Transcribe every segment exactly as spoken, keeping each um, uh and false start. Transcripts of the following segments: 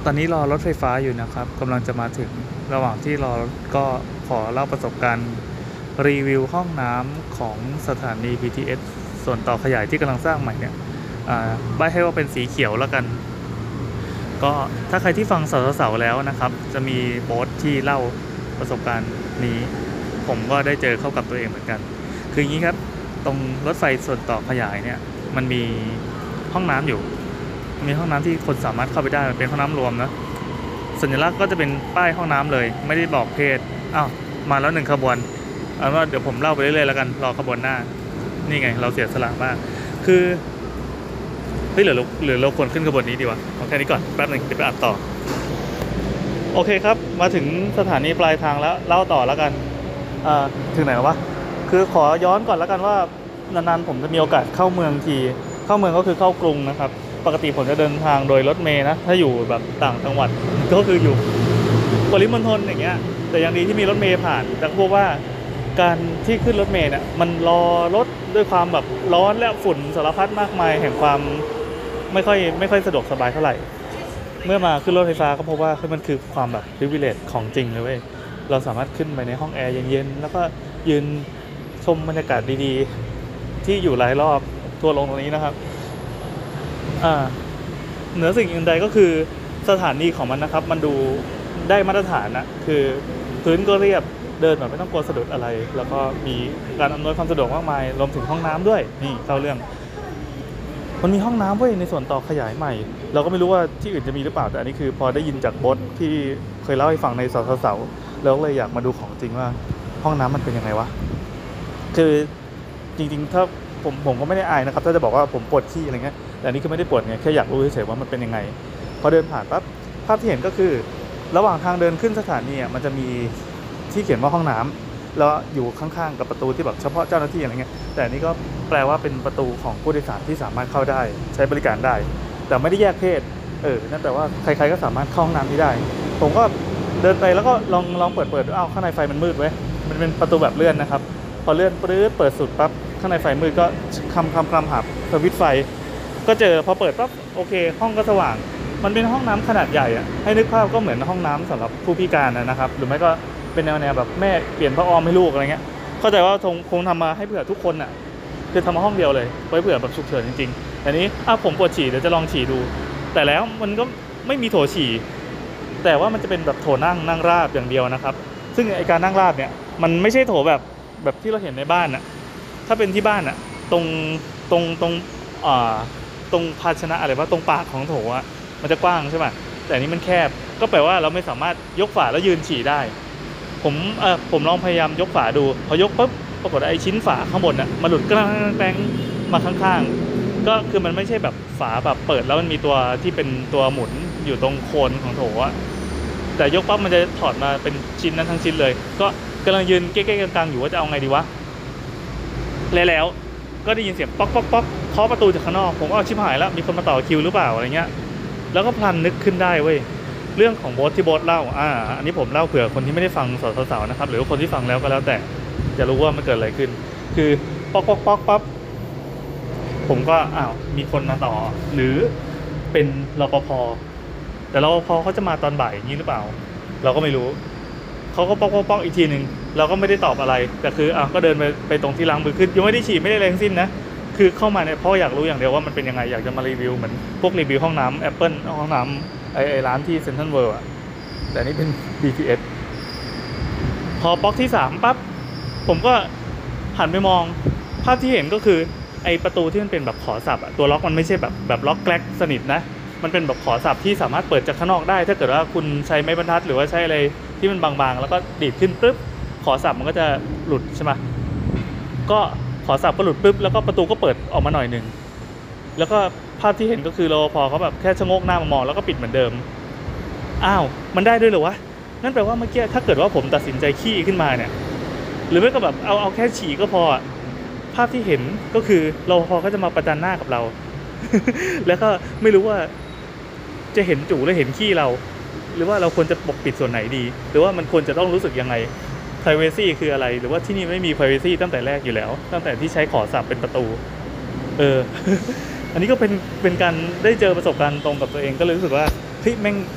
ตอนนี้รอรถไฟฟ้าอยู่นะครับกำลังจะมาถึงระหว่างที่รอก็ขอเล่าประสบการณ์รีวิวห้องน้ำของสถานี บี ที เอส ส่วนต่อขยายที่กำลังสร้างใหม่เนี่ยใบให้ว่าเป็นสีเขียวแล้วกันก็ถ้าใครที่ฟังสาวๆแล้วนะครับจะมีโบ๊ทที่เล่าประสบการณ์นี้ผมก็ได้เจอเข้ากับตัวเองเหมือนกันคืออย่างนี้ครับตรงรถไฟส่วนต่อขยายเนี่ยมันมีห้องน้ำอยู่มีห้องน้ำที่คนสามารถเข้าไปได้เป็นห้องน้ำรวมนะสัญลักษณ์ก็จะเป็นป้ายห้องน้ำเลยไม่ได้บอกเพศอ้าวมาแล้วหนึ่งขบวนเอาว่าเดี๋ยวผมเล่าไปเรื่อยๆแล้วกันรอขบวนหน้านี่ไงเราเสียสละมากคือเฮ้ยหรือเราหรือเราควรขึ้นขบวนนี้ดีวะเอาแค่นี้ก่อนแป๊บหนึ่งเดี๋ยวไปอัดต่อโอเคครับมาถึงสถานีปลายทางแล้วเล่าต่อแล้วกันอ่าถึงไหนแล้ววะคือขอย้อนก่อนแล้วกันว่านานๆผมจะมีโอกาสเข้าเมืองทีเข้าเมืองก็คือเข้ากรุงนะครับปกติผมจะเดินทางโดยรถเมล์นะถ้าอยู่แบบต่างจังหวัดก็คืออยู่ปริมณฑลอย่างเงี้ยแต่ยังดีที่มีรถเมล์ผ่านแต่พบว่าการที่ขึ้นรถเมล์เนี่ยมันรอรถด้วยความแบบร้อนและฝุ่นสารพัดมากมายแห่งความไม่ค่อยไม่ค่อยสะดวกสบายเท่าไหร่เมื่อมาขึ้นรถไฟฟ้าก็พบว่าคือมันคือความแบบ privilege ของจริงเลยเว้ยเราสามารถขึ้นไปในห้องแอร์เย็นๆแล้วก็ยืนชมบรรยากาศดีๆที่อยู่หลายรอบทัวร์ลงตรงนี้นะครับอ่าเหนือสิ่งอื่นใดก็คือสถานีของมันนะครับมันดูได้มาตรฐานนะคือพื้นก็เรียบเดินแบบไม่ต้องกลัวสะดุดอะไรแล้วก็มีการอำนวยความสะดวกมากมายรวมถึงห้องน้ำด้วยนี่เข้าเรื่องมันมีห้องน้ำเว้ยในส่วนต่อขยายใหม่เราก็ไม่รู้ว่าที่อื่นจะมีหรือเปล่าแต่อันนี้คือพอได้ยินจากบทที่เคยเล่าให้ฟังในสาวสาวแล้วเลยอยากมาดูของจริงว่าห้องน้ำมันเป็นยังไงวะคือจริงๆถ้าผมผมก็ไม่ได้อายนะครับถ้าจะบอกว่าผมปวดขี้อะไรเงี้ยแต่อันนี้คือไม่ได้ปวดไงแค่อยากรู้เฉยๆว่ามันเป็นยังไงพอเดินผ่านปั๊บภาพที่เห็นก็คือระหว่างทางเดินขึ้นสถานีมันจะมีที่เขียนว่าห้องน้ำแล้วอยู่ข้างๆกับประตูที่แบบเฉพาะเจ้าหน้าที่อะไรเงี้ยแต่อันนี้ก็แปลว่าเป็นประตูของผู้โดยสารที่สามารถเข้าได้ใช้บริการได้แต่ไม่ได้แยกเพศเออนั่นแปลว่าใครๆก็สามารถเข้าห้องน้ำนี้ได้ผมก็เดินไปแล้วก็ลองลองเปิดเปิดอ้าวข้างในไฟมันมืดเว้ยมันเป็นประตูแบบเลื่อนนะครับพอเลื่อนปื๊ดเปิดสุดปั๊บข้างในไฟมืดก็คำคำคำหับสวิตช์ไฟก็เจอพอเปิดปั๊บโอเคห้องก็สว่างมันเป็นห้องน้ำขนาดใหญ่อะให้นึกภาพก็เหมือนห้องน้ำสำหรับผู้พิการนะครับหรือไม่ก็เป็นแนวแนวแบบแม่เปลี่ยนผ้าอ้อมให้ลูกอะไรเงี้ยเข้าใจว่าคงทำมาให้เผื่อทุกคนอะคือทำมาห้องเดียวเลยไว้เผื่อแบบฉุกเฉินจริงๆแต่นี้อ้าวผมปวดฉี่เดี๋ยวจะลองฉี่ดูแต่แล้วมันก็ไม่มีโถฉี่แต่ว่ามันจะเป็นแบบโถนั่งนั่งราบอย่างเดียวนะครับซึ่งไอการนั่งราบเนี่ยมันไม่ใช่โถแบบแบบที่เราเห็นในบ้านอะถ้าเป็นที่บ้านอะตรงตรงตรงอ่าตรงภาชนะอะไรว่าตรงปากของโถอะมันจะกว้างใช่ไหมแต่อันนี้มันแคบก็แปลว่าเราไม่สามารถยกฝาแล้วยืนฉี่ได้ผมเออผมลองพยายามยกฝาดูพอยกปุ๊บปรากฏไอ้ชิ้นฝาข้างบนน่ะมันหลุดกระแกงมาข้างๆก็คือมันไม่ใช่แบบฝาแบบเปิดแล้วมันมีตัวที่เป็นตัวหมุนอยู่ตรงโคนของโถอะแต่ยกปั๊บมันจะถอดมาเป็นชิ้นนั้นทั้งชิ้นเลยก็กำลังยืนเก๊กๆกลางๆอยู่ว่าจะเอาไงดีวะแล้วก็ได้ยินเสียงป๊อกป๊อกป๊อกเคาะประตูจากข้างนอกผมก็ชิบหายแล้วมีคนมาต่อคิวหรือเปล่าอะไรเงี้ยแล้วก็พลันนึกขึ้นได้เว้ยเรื่องของโบ๊ทที่โบ๊ทเล่าอ่าอันนี้ผมเล่าเผื่อคนที่ไม่ได้ฟังสาวๆนะครับหรือคนที่ฟังแล้วก็แล้วแต่จะรู้ว่ามันเกิดอะไรขึ้นคือป๊อกป๊อกป๊อกปั๊บผมก็อ้าวมีคนมาต่อหรือเป็นรปภแต่รปภเขาจะมาตอนบ่ายอย่างนี้หรือเปล่าเราก็ไม่รู้เขาก็ป๊อกป๊อกป๊อกอีกทีหนึ่งเราก็ไม่ได้ตอบอะไรแต่คืออ้าวก็เดินไปไปตรงที่ล้างมือขึ้นยังไม่ได้ฉี่ไม่ได้อะไรทั้งสิ้นนะคือเข้ามาเนี่ยเพราะอยากรู้อย่างเดียวว่ามันเป็นยังไงอยากจะมารีวิวเหมือนพวกรีวิวห้องน้ำ Apple ห้องน้ำไอ้ไอ้ร้านที่เซ็นทรัลเวิลด์อ่ะแต่นี่เป็น บี ที เอส พอป๊อกที่สามปั๊บผมก็หันไปมองภาพที่เห็นก็คือไอ้ประตูที่มันเป็นแบบขอสับอ่ะตัวล็อกมันไม่ใช่แบบแบบล็อกแกลกสนิทนะมันเป็นแบบขอสับที่สามารถเปิดจากข้างนอกได้ถ้าเกิดว่าคุณใช้ไม้บรรทัดหรือว่าใช้อะไรที่มันบางๆแล้วก็ดีดขึ้นปึ๊บขอสับมันก็จะหลุดใช่ไหมก็ขอสับก็หลุดปึ๊บแล้วก็ประตูก็เปิดออกมาหน่อยนึงแล้วก็ภาพที่เห็นก็คือรปภเขาแบบแค่ชะโงกหน้ามามองแล้วก็ปิดเหมือนเดิมอ้าวมันได้ด้วยเหรอวะนั่นแปลว่าเมื่อกี้ถ้าเกิดว่าผมตัดสินใจขี้ขึ้นมาเนี่ยหรือไม่ก็แบบเอาเอาแค่ฉี่ก็พอภาพที่เห็นก็คือรปภก็จะมาประจันหน้ากับเรา แล้วก็ไม่รู้ว่าจะเห็นจู่หรือเห็นขี้เราหรือว่าเราควรจะปกปิดส่วนไหนดีหรือว่ามันควรจะต้องรู้สึกยังไง privacy คืออะไรหรือว่าที่นี่ไม่มี privacy ตั้งแต่แรกอยู่แล้วตั้งแต่ที่ใช้ขอสับเป็นประตูเออ อันนี้ก็เป็นเป็นการได้เจอประสบการณ์ตรงกับตัวเองก็เลยรู้สึกว่าเฮ้ยแม่ง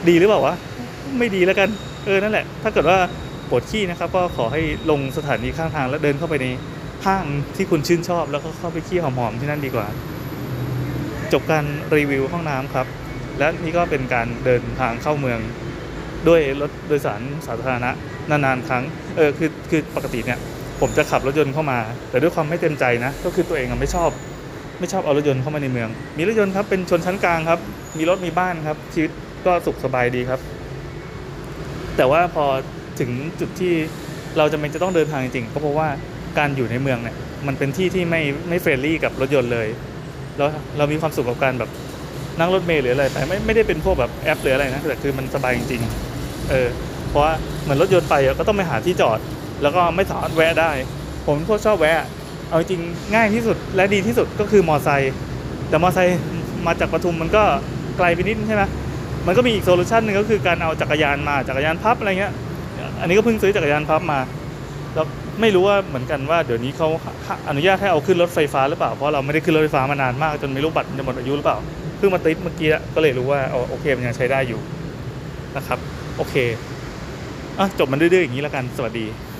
ดีหรือเปล่าวะไม่ดีแล้วกันเออนั่นแหละถ้าเกิดว่าปวดขี้นะครับก็ขอให้ลงสถานีข้างทางแล้วเดินเข้าไปในห้างที่คุณชื่นชอบแล้วก็เข้าไปขี้หอมๆที่นั่นดีกว่าจบการรีวิวห้องน้ำครับและนี่ก็เป็นการเดินทางเข้าเมืองด้วยรถโดยสารสาธารณะนานๆครั้งเออคือคือปกติเนี่ยผมจะขับรถยนต์เข้ามาแต่ด้วยความไม่เต็มใจนะก็คือตัวเองไม่ชอบไม่ชอบเอารถยนต์เข้ามาในเมืองมีรถยนต์ครับเป็นชนชั้นกลางครับมีรถมีบ้านครับชีวิตก็สุขสบายดีครับแต่ว่าพอถึงจุดที่เราจำเป็นจะต้องเดินทางจริงๆก็เพราะว่าการอยู่ในเมืองเนี่ยมันเป็นที่ที่ไม่ไม่เฟรนลี่กับรถยนต์เลยแล้วเรามีความสุขกับการแบบนั่งรถเมล์หรืออะไรไปไม่ไม่ได้เป็นพวกแบบแอปหรืออะไรนะแต่คือมันสบายจริงๆเออเพราะว่าเหมือนรถยนต์ไปก็ต้องไปหาที่จอดแล้วก็ไม่สามารถแวะได้ผมโคตรชอบแวะเอาจริงง่ายที่สุดและดีที่สุดก็คือมอไซค์แต่มอไซค์มาจากปทุมมันก็ไกลไปนิดใช่ไหมมันก็มีอีกโซลูชันหนึ่งก็คือการเอาจักรยานมาจักรยานพับอะไรเงี้ยอันนี้ก็เพิ่งซื้อจักรยานพับมาแล้วไม่รู้ว่าเหมือนกันว่าเดี๋ยวนี้เขาอนุญาตให้เอาขึ้นรถไฟฟ้าหรือเปล่าเพราะเราไม่ได้ขึ้นรถไฟฟ้ามานานมากจนไม่รู้บัตรจะหมดอายุหรือเปล่าเพิ่งมาติดเมื่อกี้ก็เลยรู้ว่าโอเคมันยังใช้ได้อยู่นะครับโอเคอ่ะจบมันดื้อๆอย่างนี้แล้วกันสวัสดี